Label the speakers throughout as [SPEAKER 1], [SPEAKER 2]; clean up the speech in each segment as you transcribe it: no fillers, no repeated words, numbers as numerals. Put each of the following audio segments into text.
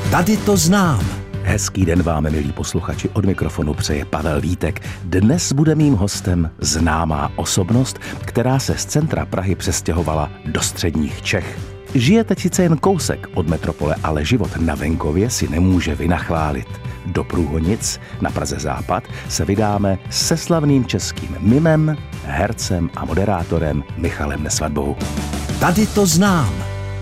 [SPEAKER 1] Tady to znám.
[SPEAKER 2] Hezký den vám, milí posluchači, od mikrofonu přeje Pavel Vítek. Dnes bude mým hostem známá osobnost, která se z centra Prahy přestěhovala do středních Čech. Žije teď sice jen kousek od metropole, ale život na venkově si nemůže vynachválit. Do Průhonic na Praze Západ se vydáme se slavným českým mimem, hercem a moderátorem Michalem Nesvadbou.
[SPEAKER 1] Tady to znám.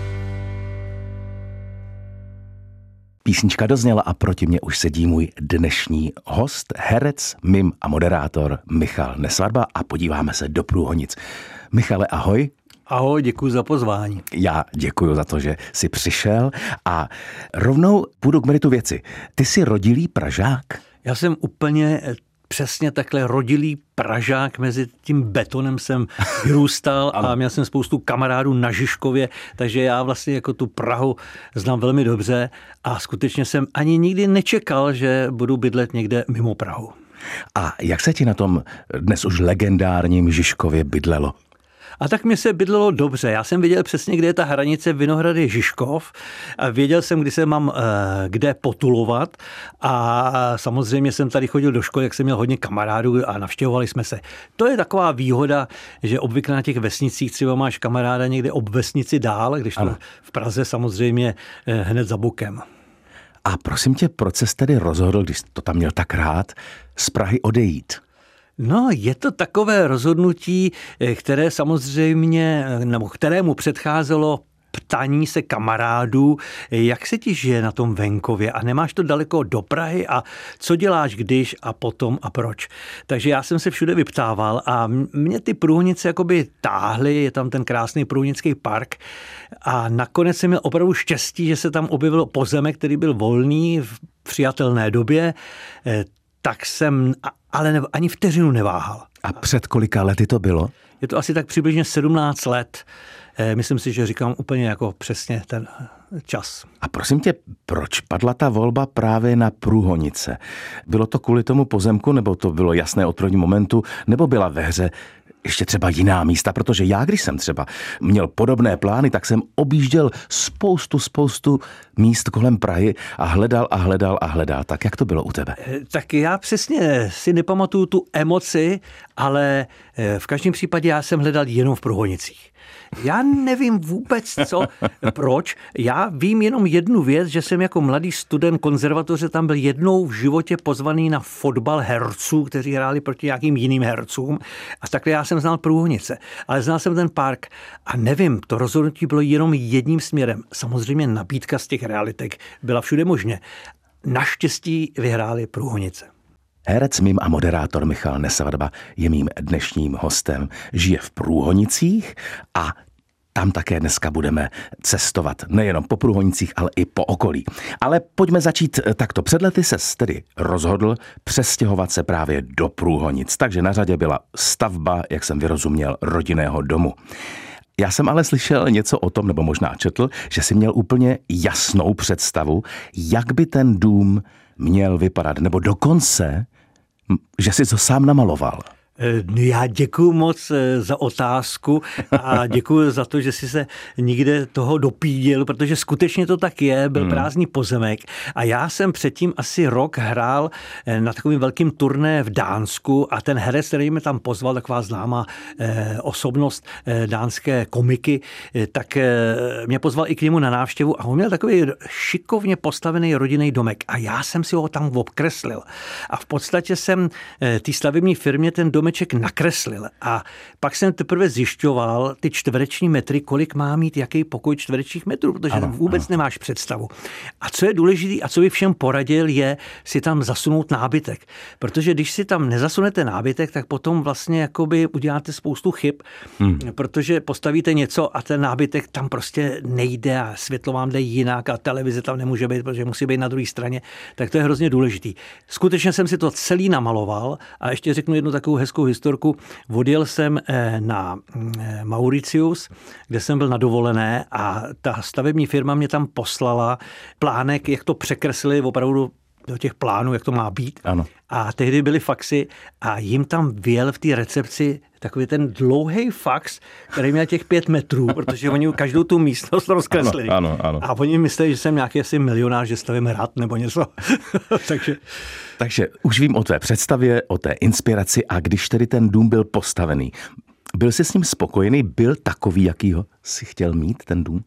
[SPEAKER 2] Písnička dozněla a proti mě už sedí můj dnešní host, herec, mim a moderátor Michal Nesvadba a podíváme se do Průhonic. Michale, ahoj.
[SPEAKER 3] Ahoj, děkuji za pozvání.
[SPEAKER 2] Já děkuji za to, že jsi přišel a rovnou půjdu k meritu věci. Ty jsi rodilý Pražák?
[SPEAKER 3] Já jsem úplně přesně takhle rodilý Pražák, mezi tím betonem jsem vyrůstal a měl jsem spoustu kamarádů na Žižkově, takže já vlastně jako tu Prahu znám velmi dobře a skutečně jsem ani nikdy nečekal, že budu bydlet někde mimo Prahu.
[SPEAKER 2] A jak se ti na tom dnes už legendárním Žižkově bydlelo?
[SPEAKER 3] A tak mi se bydlelo dobře. Já jsem věděl přesně, kde je ta hranice Vinohrady Žižkov a věděl jsem, kdy se mám kde potulovat a samozřejmě jsem tady chodil do školy, jak jsem měl hodně kamarádů a navštěvovali jsme se. To je taková výhoda, že obvykle na těch vesnicích třeba máš kamaráda někde ob vesnici dál, když to v Praze samozřejmě hned za bokem.
[SPEAKER 2] A prosím tě, proč ses tedy rozhodl, když to tam měl tak rád, z Prahy odejít?
[SPEAKER 3] No, je to takové rozhodnutí, které samozřejmě, nebo kterému předcházelo ptání se kamarádů, jak se ti žije na tom venkově a nemáš to daleko do Prahy a co děláš když a potom a proč. Takže já jsem se všude vyptával a mě ty Průhonice jakoby táhly, je tam ten krásný Průhonický park a nakonec jsem měl opravdu štěstí, že se tam objevil pozemek, který byl volný v přijatelné době, tak jsem ale ani vteřinu neváhal.
[SPEAKER 2] A před kolika lety to bylo?
[SPEAKER 3] Je to asi tak přibližně 17 let. Myslím si, že říkám úplně jako přesně ten čas.
[SPEAKER 2] A prosím tě, proč padla ta volba právě na Průhonice? Bylo to kvůli tomu pozemku, nebo to bylo jasné od prvního momentu, nebo byla ve hře ještě třeba jiná místa? Protože já, když jsem třeba měl podobné plány, tak jsem objížděl spoustu míst kolem Prahy a hledal. Tak jak to bylo u tebe?
[SPEAKER 3] Tak já přesně si nepamatuju tu emoci, ale v každém případě já jsem hledal jenom v Průhonicích. Já nevím vůbec proč. Já vím jenom jednu věc, že jsem jako mladý student konzervatoře tam byl jednou v životě pozvaný na fotbal herců, kteří hráli proti nějakým jiným hercům. A takhle já jsem znal Průhonice. Ale znal jsem ten park a nevím, to rozhodnutí bylo jenom jedním směrem. Samozřejmě nabídka z těch realitek byla všude možně. Naštěstí vyhráli Průhonice.
[SPEAKER 2] Herec, mim a moderátor Michal Nesvadba je mým dnešním hostem. Žije v Průhonicích a tam také dneska budeme cestovat nejenom po Průhonicích, ale i po okolí. Ale pojďme začít takto. Před lety ses tedy rozhodl přestěhovat se právě do Průhonic. Takže na řadě byla stavba, jak jsem vyrozuměl, rodinného domu. Já jsem ale slyšel něco o tom, nebo možná četl, že jsi měl úplně jasnou představu, jak by ten dům měl vypadat, nebo dokonce, že jsi to sám namaloval.
[SPEAKER 3] Já děkuju moc za otázku a děkuju za to, že jsi se nikde toho dopídil, protože skutečně to tak je, byl prázdný pozemek a já jsem předtím asi rok hrál na takovým velkým turné v Dánsku a ten herec, který mě tam pozval, taková známá osobnost dánské komiky, tak mě pozval i k němu na návštěvu a on měl takový šikovně postavený rodinný domek a já jsem si ho tam obkreslil. A v podstatě jsem té stavební firmě ten domek nakreslil. A pak jsem teprve zjišťoval ty čtvereční metry, kolik má mít jaký pokoj čtverečních metrů, protože vůbec nemáš představu. A co je důležité a co by všem poradil, je si tam zasunout nábytek. Protože když si tam nezasunete nábytek, tak potom vlastně jakoby uděláte spoustu chyb, protože postavíte něco a ten nábytek tam prostě nejde a světlo vám jde jinak a televize tam nemůže být, protože musí být na druhé straně. Tak to je hrozně důležitý. Skutečně jsem si to celý namaloval a ještě řeknu jednu takovou hezkou historku. Odjel jsem na Mauritius, kde jsem byl na dovolené a ta stavební firma mě tam poslala plánek, jak to překreslili opravdu do těch plánů, jak to má být.
[SPEAKER 2] Ano.
[SPEAKER 3] A tehdy byly faxy a jim tam vyjel v té recepci takový ten dlouhý fax, který měl těch 5 metrů, protože oni každou tu místnost rozkreslili.
[SPEAKER 2] Ano.
[SPEAKER 3] A oni mysleli, že jsem nějaký asi milionář, že stavím hrad nebo něco.
[SPEAKER 2] Takže už vím o tvé představě, o té inspiraci a když tedy ten dům byl postavený, byl jsi s ním spokojený? Byl takový, jakýho jsi chtěl mít, ten dům?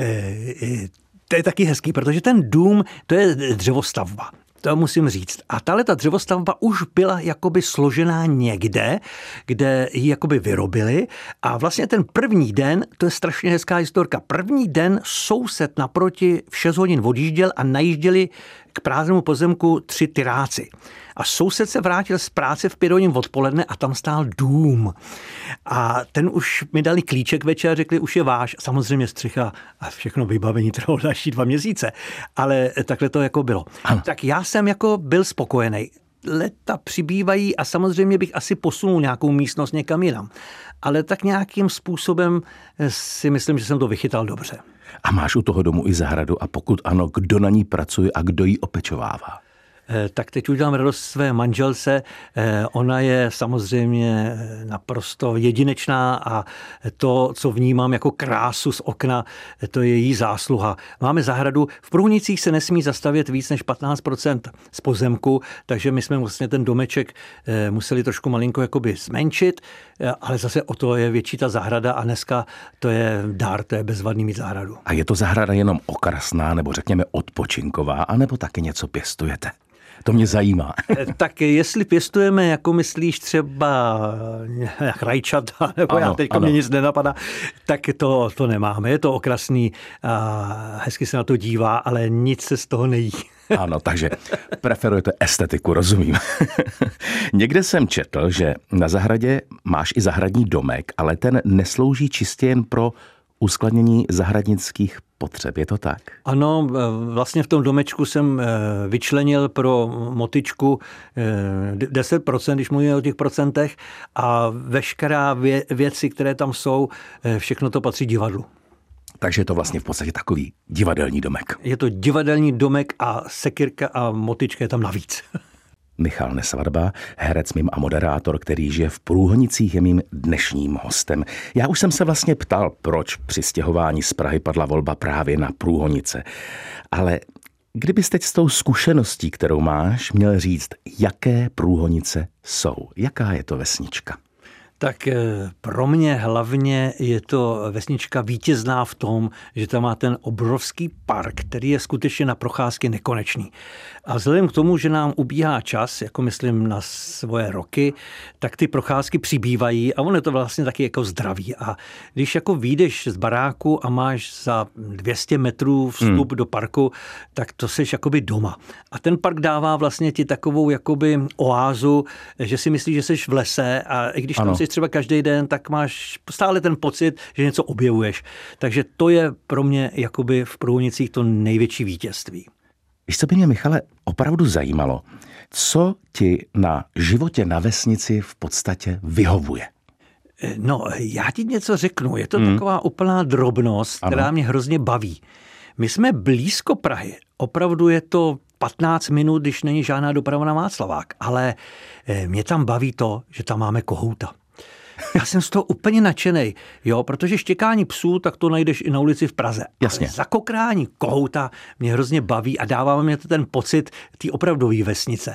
[SPEAKER 3] To je taky hezký, protože ten dům, to je dřevostavba. To musím říct. A ta dřevostavba už byla jakoby složená někde, kde ji jakoby vyrobili. A vlastně ten první den, to je strašně hezká historka, první den soused naproti v 6 hodin odjížděl a najížděli k prázdnému pozemku 3 tyráci. A soused se vrátil z práce v 5 hodin odpoledne a tam stál dům. A ten už mi dali klíček večer a řekli, už je váš. Samozřejmě střecha a všechno vybavení trvalo další 2 měsíce. Ale takhle to jako bylo.
[SPEAKER 2] Ano.
[SPEAKER 3] Tak já jsem jako byl spokojený. Leta přibývají a samozřejmě bych asi posunul nějakou místnost někam jinam. Ale tak nějakým způsobem si myslím, že jsem to vychytal dobře.
[SPEAKER 2] A máš u toho domu i zahradu a pokud ano, kdo na ní pracuje a kdo ji opečovává?
[SPEAKER 3] Tak teď udělám radost své manželce. Ona je samozřejmě naprosto jedinečná a to, co vnímám jako krásu z okna, to je její zásluha. Máme zahradu. V Průhonicích se nesmí zastavět víc než 15% z pozemku, takže my jsme vlastně ten domeček museli trošku malinko jakoby zmenšit, ale zase o to je větší ta zahrada a dneska to je dár, to je bezvadný mít zahradu.
[SPEAKER 2] A je to zahrada jenom okrasná nebo řekněme odpočinková, anebo taky něco pěstujete? To mě zajímá.
[SPEAKER 3] Tak jestli pěstujeme, jako myslíš třeba rajčata, nebo ano, já teďko mě nic nenapadá, tak to nemáme. Je to okrasný, hezky se na to dívá, ale nic se z toho nejí.
[SPEAKER 2] Ano, takže preferujete estetiku, rozumím. Někde jsem četl, že na zahradě máš i zahradní domek, ale ten neslouží čistě jen pro uskladnění zahradnických potřeb, je to tak?
[SPEAKER 3] Ano, vlastně v tom domečku jsem vyčlenil pro motičku 10%, když mluvíme o těch procentech, a veškerá věci, které tam jsou, všechno to patří divadlu.
[SPEAKER 2] Takže je to vlastně v podstatě takový divadelní domek.
[SPEAKER 3] Je to divadelní domek a sekyrka a motička je tam navíc.
[SPEAKER 2] Michal Nesvadba, herec mým a moderátor, který žije v Průhonicích, je mým dnešním hostem. Já už jsem se vlastně ptal, proč při stěhování z Prahy padla volba právě na Průhonice. Ale kdybys teď s tou zkušeností, kterou máš, měl říct, jaké Průhonice jsou? Jaká je to vesnička?
[SPEAKER 3] Tak pro mě hlavně je to vesnička vítězná v tom, že tam má ten obrovský park, který je skutečně na procházky nekonečný. A vzhledem k tomu, že nám ubíhá čas, jako myslím na svoje roky, tak ty procházky přibývají a ono je to vlastně taky jako zdraví. A když jako vyjdeš z baráku a máš za 200 metrů vstup do parku, tak to seš jakoby doma. A ten park dává vlastně ti takovou jakoby oázu, že si myslíš, že seš v lese a i když tam jsi třeba každý den, tak máš stále ten pocit, že něco objevuješ. Takže to je pro mě jakoby v Průhonicích to největší vítězství.
[SPEAKER 2] Víš, co by mě, Michale, opravdu zajímalo, co ti na životě na vesnici v podstatě vyhovuje?
[SPEAKER 3] No, já ti něco řeknu. Je to taková úplná drobnost, která mě hrozně baví. My jsme blízko Prahy. Opravdu je to 15 minut, když není žádná doprava na Václavák. Ale mě tam baví to, že tam máme kohouta. Já jsem z toho úplně nadšenej, jo, protože štěkání psů, tak to najdeš i na ulici v Praze.
[SPEAKER 2] Jasně.
[SPEAKER 3] Ale zakokrání kohouta mě hrozně baví a dává mě to ten pocit té opravdové vesnice.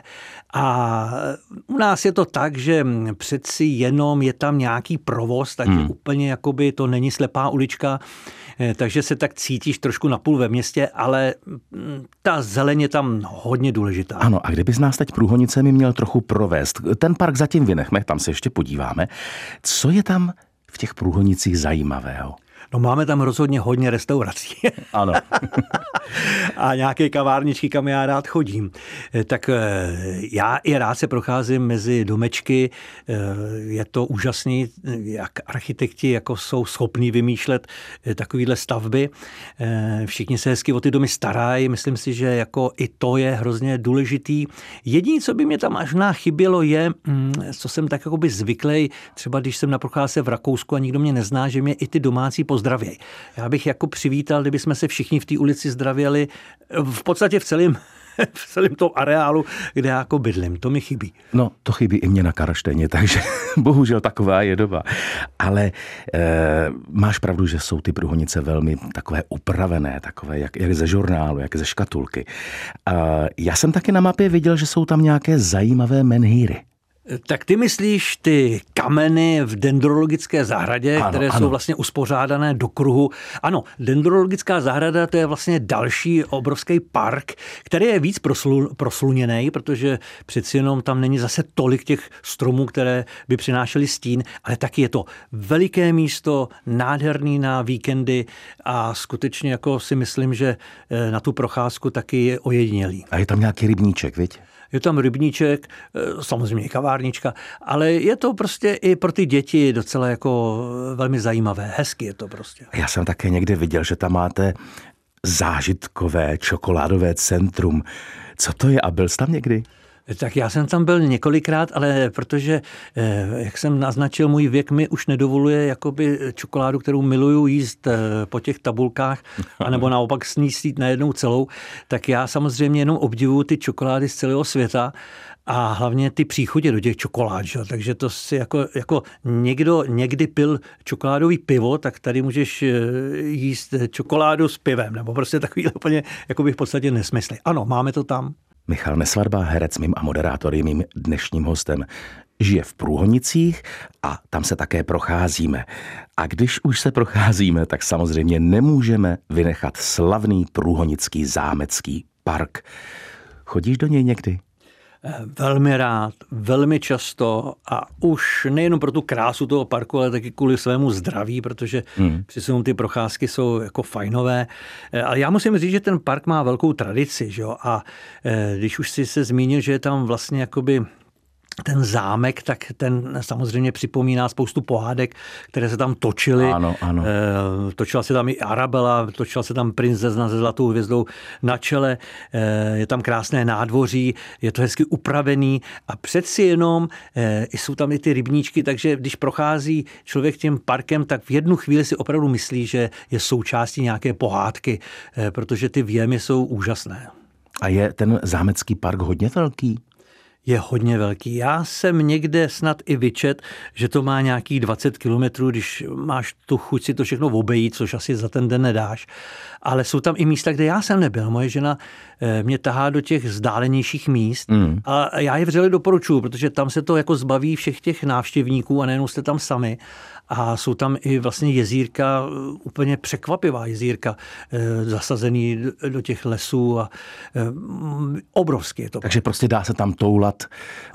[SPEAKER 3] A u nás je to tak, že přeci jenom je tam nějaký provoz, takže úplně jakoby to není slepá ulička, takže se tak cítíš trošku napůl ve městě, ale ta zeleň je tam hodně důležitá.
[SPEAKER 2] Ano, a kdybys nás teď Průhonicemi měl trochu provést, ten park zatím vynechme, tam se ještě podíváme. Co je tam v těch Průhonicích zajímavého?
[SPEAKER 3] No máme tam rozhodně hodně restaurací.
[SPEAKER 2] Ano.
[SPEAKER 3] A nějaké kavárničky, kam já rád chodím. Tak já i rád se procházím mezi domečky. Je to úžasný, jak architekti jako jsou schopní vymýšlet takovýhle stavby. Všichni se hezky o ty domy starají. Myslím si, že jako i to je hrozně důležitý. Jediné, co by mě tam možná chybělo, je, co jsem tak jakoby zvyklý, třeba když jsem na procházce v Rakousku a nikdo mě nezná, že mě i ty domácí pozdravěj. Já bych jako přivítal, kdyby jsme se všichni v té ulici zdravěli v podstatě v celém v celém tom areálu, kde já jako bydlím. To mi chybí.
[SPEAKER 2] No, to chybí i mě na Karlštejně, takže bohužel taková je doba. Ale máš pravdu, že jsou ty Průhonice velmi takové upravené, takové jak ze žurnálu, jak ze škatulky. Já jsem taky na mapě viděl, že jsou tam nějaké zajímavé menhýry.
[SPEAKER 3] Tak ty myslíš ty kameny v dendrologické zahradě, které jsou vlastně uspořádané do kruhu. Ano, dendrologická zahrada, to je vlastně další obrovský park, který je víc prosluněný, protože přeci jenom tam není zase tolik těch stromů, které by přinášely stín, ale taky je to veliké místo, nádherný na víkendy a skutečně jako si myslím, že na tu procházku taky je ojedinělý.
[SPEAKER 2] A je tam nějaký rybníček, viď?
[SPEAKER 3] Je tam rybníček, samozřejmě i kavárnička, ale je to prostě i pro ty děti docela jako velmi zajímavé. Hezky je to prostě.
[SPEAKER 2] Já jsem také někde viděl, že tam máte zážitkové čokoládové centrum. Co to je a byl jsi tam někdy?
[SPEAKER 3] Tak já jsem tam byl několikrát, ale protože, jak jsem naznačil, můj věk mi už nedovoluje jakoby čokoládu, kterou miluju jíst po těch tabulkách, anebo naopak sníst najednou celou, tak já samozřejmě jenom obdivuju ty čokolády z celého světa a hlavně ty příchutě do těch čokolád. Že? Takže to si jako někdo někdy pil čokoládový pivo, tak tady můžeš jíst čokoládu s pivem, nebo prostě takový úplně jakoby v podstatě nesmysly. Ano, máme to tam.
[SPEAKER 2] Michal Nesvadba, herec mým a moderátor, je mým dnešním hostem. Žije v Průhonicích a tam se také procházíme. A když už se procházíme, tak samozřejmě nemůžeme vynechat slavný průhonický zámecký park. Chodíš do něj někdy?
[SPEAKER 3] Velmi rád, velmi často a už nejenom pro tu krásu toho parku, ale taky kvůli svému zdraví, protože přece ty procházky jsou jako fajnové. Ale já musím říct, že ten park má velkou tradici, že jo? A když už si se zmínil, že je tam vlastně jakoby ten zámek, tak ten samozřejmě připomíná spoustu pohádek, které se tam točily.
[SPEAKER 2] Ano, ano.
[SPEAKER 3] Točila se tam i Arabela, točila se tam princezna se zlatou hvězdou na čele, je tam krásné nádvoří, je to hezky upravený a přeci jenom jsou tam i ty rybníčky, takže když prochází člověk tím parkem, tak v jednu chvíli si opravdu myslí, že je součástí nějaké pohádky, protože ty vjemy jsou úžasné.
[SPEAKER 2] A je ten zámecký park hodně velký?
[SPEAKER 3] Je hodně velký. Já jsem někde snad i vyčet, že to má nějakých 20 kilometrů, když máš tu chuť si to všechno obejít, což asi za ten den nedáš. Ale jsou tam i místa, kde já jsem nebyl. Moje žena mě tahá do těch vzdálenějších míst a já je vřele doporučuji, protože tam se to jako zbaví všech těch návštěvníků a nejenom jste tam sami. A jsou tam i vlastně jezírka, úplně překvapivá jezírka, zasazený do těch lesů a obrovský je to.
[SPEAKER 2] Takže prostě dá se tam toulat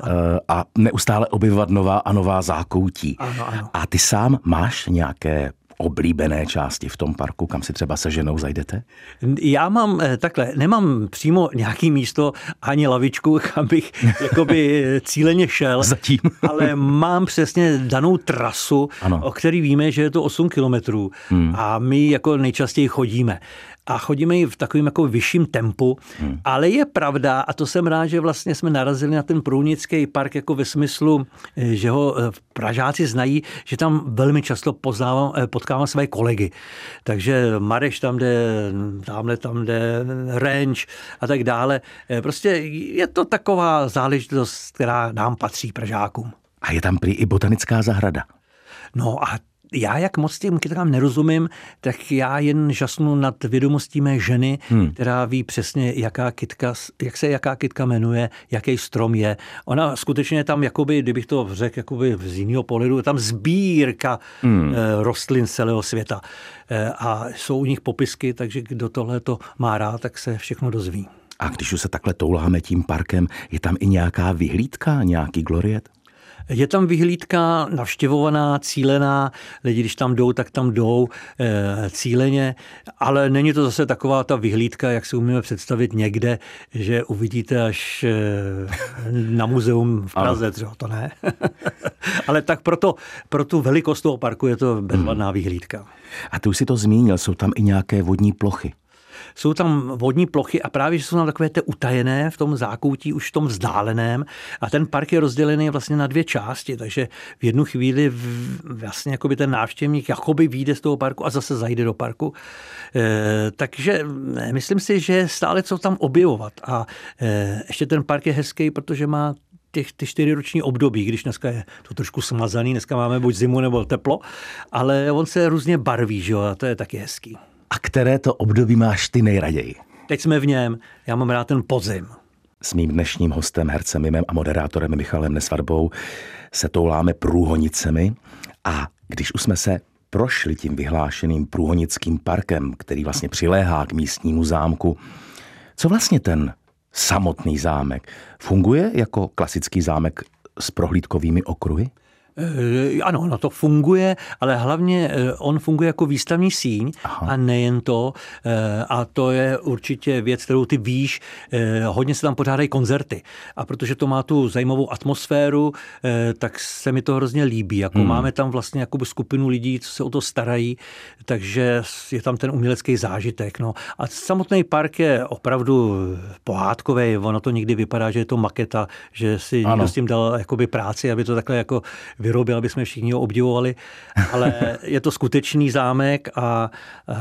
[SPEAKER 2] a neustále objevovat nová a nová zákoutí.
[SPEAKER 3] Ano.
[SPEAKER 2] A ty sám máš nějaké oblíbené části v tom parku, kam si třeba se ženou zajdete?
[SPEAKER 3] Já mám takhle, nemám přímo nějaký místo ani lavičku, kam bych jakoby cíleně šel.
[SPEAKER 2] Zatím.
[SPEAKER 3] Ale mám přesně danou trasu, ano, o který víme, že je to 8 kilometrů a my jako nejčastěji chodíme. A chodíme i v takovém jako vyšším tempu, ale je pravda, a to jsem rád, že vlastně jsme narazili na ten Průhonický park jako ve smyslu, že ho Pražáci znají, že tam velmi často potkávám své kolegy. Takže Mareš tam jde, tamhle tam jde, Renč a tak dále. Prostě je to taková záležitost, která nám patří Pražákům.
[SPEAKER 2] A je tam prý i botanická zahrada.
[SPEAKER 3] No a já, jak moc těm kytkám nerozumím, tak já jen žasnu nad vědomostí mé ženy, která ví přesně, jak se jaká kytka jmenuje, jaký strom je. Ona skutečně tam, jakoby, kdybych to řekl jakoby z jiného pohledu, je tam sbírka rostlin z celého světa. A jsou u nich popisky, takže kdo tohle to má rád, tak se všechno dozví.
[SPEAKER 2] A když už se takhle touláme tím parkem, je tam i nějaká vyhlídka, nějaký gloriet?
[SPEAKER 3] Je tam vyhlídka navštěvovaná, cílená, lidi, když tam jdou, tak tam jdou cíleně, ale není to zase taková ta vyhlídka, jak si umíme představit někde, že uvidíte až na muzeum v Praze, třeba, to ne. Ale tak pro tu velikost toho parku je to bezvadná vyhlídka.
[SPEAKER 2] A ty už si to zmínil, jsou tam i nějaké vodní plochy.
[SPEAKER 3] jsou tam vodní plochy a právě, že jsou tam takové ty utajené v tom zákoutí, už v tom vzdáleném a ten park je rozdělený vlastně na dvě části, takže v jednu chvíli vlastně jakoby ten návštěvník jakoby vyjde z toho parku a zase zajde do parku. Takže myslím si, že stále co tam objevovat a ještě ten park je hezký, protože má ty 4roční období, když dneska je to trošku smazaný, dneska máme buď zimu nebo teplo, ale on se různě barví, že jo, a to je taky hezký.
[SPEAKER 2] A které to období máš ty nejraději?
[SPEAKER 3] Teď jsme v něm, já mám rád ten podzim.
[SPEAKER 2] S mým dnešním hostem, hercem, mimem a moderátorem Michalem Nesvadbou se touláme Průhonicemi a když už jsme se prošli tím vyhlášeným Průhonickým parkem, který vlastně přiléhá k místnímu zámku, co vlastně ten samotný zámek funguje jako klasický zámek s prohlídkovými okruhy?
[SPEAKER 3] Ano, no to funguje, ale hlavně on funguje jako výstavní síň. Aha. A nejen to. A to je určitě věc, kterou ty víš. Hodně se tam pořádají koncerty. A protože to má tu zajímavou atmosféru, tak se mi to hrozně líbí. Jako máme tam vlastně jakoby skupinu lidí, co se o to starají, takže je tam ten umělecký zážitek. No. A samotný park je opravdu pohádkový. Ono to někdy vypadá, že je to maketa, že si někdo s tím dal jakoby práci, aby to takhle jako vyrobil, aby jsme všichni ho obdivovali, ale je to skutečný zámek a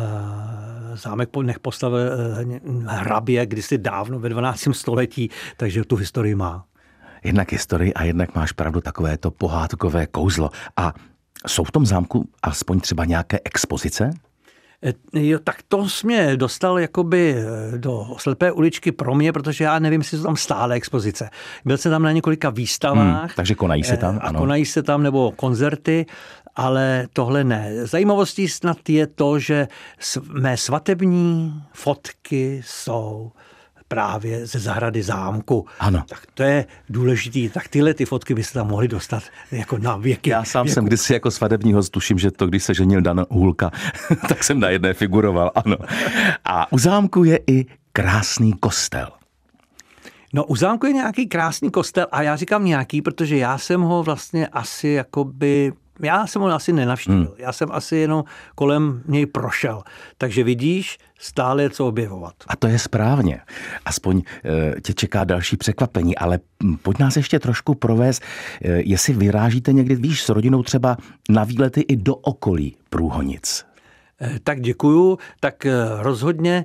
[SPEAKER 3] zámek postavil hrabě kdysi dávno ve 12. století, takže tu historii má.
[SPEAKER 2] Jednak historii a jednak máš pravdu, takové to pohádkové kouzlo. A jsou v tom zámku aspoň třeba nějaké expozice?
[SPEAKER 3] Jo, tak to jsi mě dostal jakoby do slepé uličky pro mě, protože já nevím, jestli jsou tam stále expozice. Byl jsem tam na několika výstavách.
[SPEAKER 2] Takže konají se tam, ano.
[SPEAKER 3] A konají se tam nebo koncerty, ale tohle ne. Zajímavostí snad je to, že mé svatební fotky jsou právě ze zahrady zámku.
[SPEAKER 2] Ano.
[SPEAKER 3] Tak to je důležitý. Tak tyhle ty fotky by se tam mohly dostat jako na věky.
[SPEAKER 2] Já sám jsem kdysi jako svatební host, tuším, že to, když se ženil Dan Hůlka, tak jsem na jedné figuroval, ano. A u zámku je i krásný kostel.
[SPEAKER 3] No, u zámku je nějaký krásný kostel a já říkám nějaký, protože já jsem ho vlastně asi jakoby... Já jsem ho asi nenavštívil. Já jsem asi jenom kolem něj prošel. Takže vidíš, stále je co objevovat.
[SPEAKER 2] A to je správně. Aspoň tě čeká další překvapení, ale pojď nás ještě trošku provést, jestli vyrážíte někdy, víš, s rodinou třeba na výlety i do okolí Průhonic.
[SPEAKER 3] Tak děkuju, tak rozhodně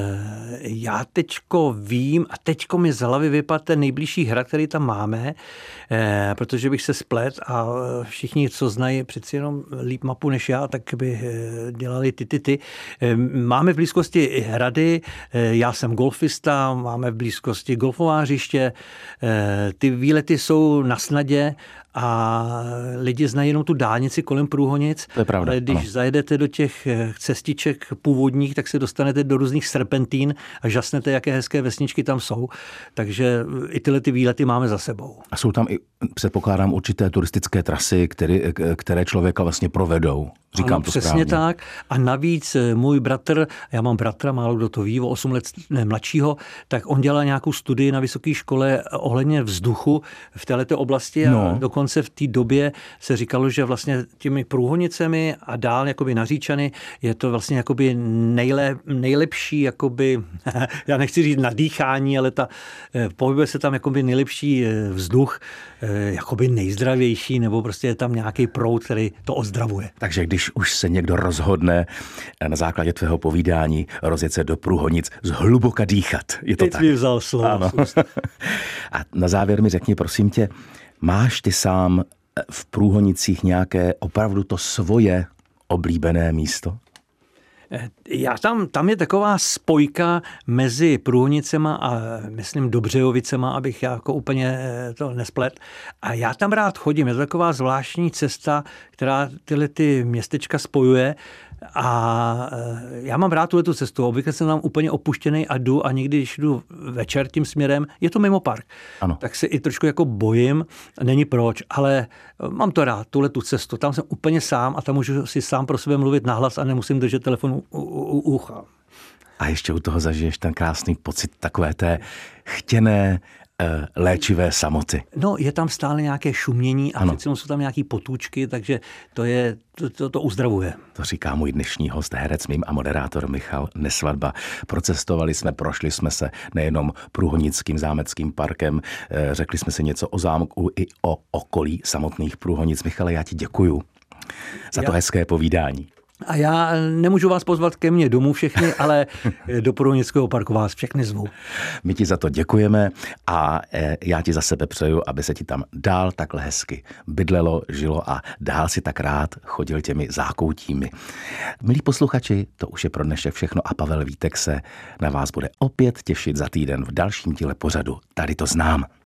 [SPEAKER 3] já teďko vím a teďko mi z hlavy vypadl ten nejbližší hrad, který tam máme, protože bych se splet a všichni, co znají přeci jenom líp mapu než já, tak by dělali ty. Máme v blízkosti hrady, já jsem golfista, máme v blízkosti golfová hřiště, ty výlety jsou na snadě a lidi znají jenom tu dálnici kolem Průhonic.
[SPEAKER 2] To je pravda,
[SPEAKER 3] ale když zajedete do těch cestiček původních, tak se dostanete do různých serpentín a žasnete, jaké hezké vesničky tam jsou. Takže i tyhle ty výlety máme za sebou.
[SPEAKER 2] A jsou tam i, předpokládám, určité turistické trasy, které člověka vlastně provedou. Říkám
[SPEAKER 3] ano,
[SPEAKER 2] to
[SPEAKER 3] přesně
[SPEAKER 2] správně.
[SPEAKER 3] tak. A navíc můj bratr, já mám bratra, málo kdo to ví, o 8 let mladšího, tak on dělal nějakou studii na vysoké škole ohledně vzduchu v této oblasti a dokonce v té době se říkalo, že vlastně těmi Průhonicemi a dál jakoby na Říčany je to vlastně jakoby nejlepší jakoby, já nechci říct nadýchání, ale pohybuje se tam jakoby nejlepší vzduch, jakoby nejzdravější, nebo prostě je tam nějaký proud, který to ozdravuje.
[SPEAKER 2] Takže když už se někdo rozhodne na základě tvého povídání rozjet se do Průhonic, zhluboka dýchat. Je to
[SPEAKER 3] teď
[SPEAKER 2] tak?
[SPEAKER 3] mi vzal slovo.
[SPEAKER 2] Ano. A na závěr mi řekni, prosím tě, máš ty sám v Průhonicích nějaké opravdu to svoje oblíbené místo?
[SPEAKER 3] Tam je taková spojka mezi Průhonicema a myslím Dobřejovicema, abych jako úplně to nesplet. A já tam rád chodím, je to taková zvláštní cesta, která tyhle ty městečka spojuje. A já mám rád tu cestu. Obvykle jsem tam úplně opuštěný a jdu a někdy, když jdu večer tím směrem, je to mimo park.
[SPEAKER 2] Ano.
[SPEAKER 3] Tak se i trošku jako bojím, není proč, ale mám to rád, tu cestu. Tam jsem úplně sám a tam můžu si sám pro sebe mluvit nahlas a nemusím držet telefon u ucha.
[SPEAKER 2] A ještě u toho zažiješ ten krásný pocit takové té chtěné léčivé samoty.
[SPEAKER 3] No, je tam stále nějaké šumění a přece jsou tam nějaký potůčky, takže to uzdravuje.
[SPEAKER 2] To říká můj dnešní host, herec mým a moderátor Michal Nesvadba. Procestovali jsme, prošli jsme se nejenom Průhonickým zámeckým parkem, řekli jsme si něco o zámku i o okolí samotných Průhonic. Michale, já ti děkuju za to hezké povídání.
[SPEAKER 3] A já nemůžu vás pozvat ke mně domů všechny, ale do Průhonického parku vás všechny zvu.
[SPEAKER 2] My ti za to děkujeme a já ti za sebe přeju, aby se ti tam dál takhle hezky bydlelo, žilo a dál si tak rád chodil těmi zákoutími. Milí posluchači, to už je pro dnešek všechno a Pavel Vítek se na vás bude opět těšit za týden v dalším díle pořadu. Tady to znám.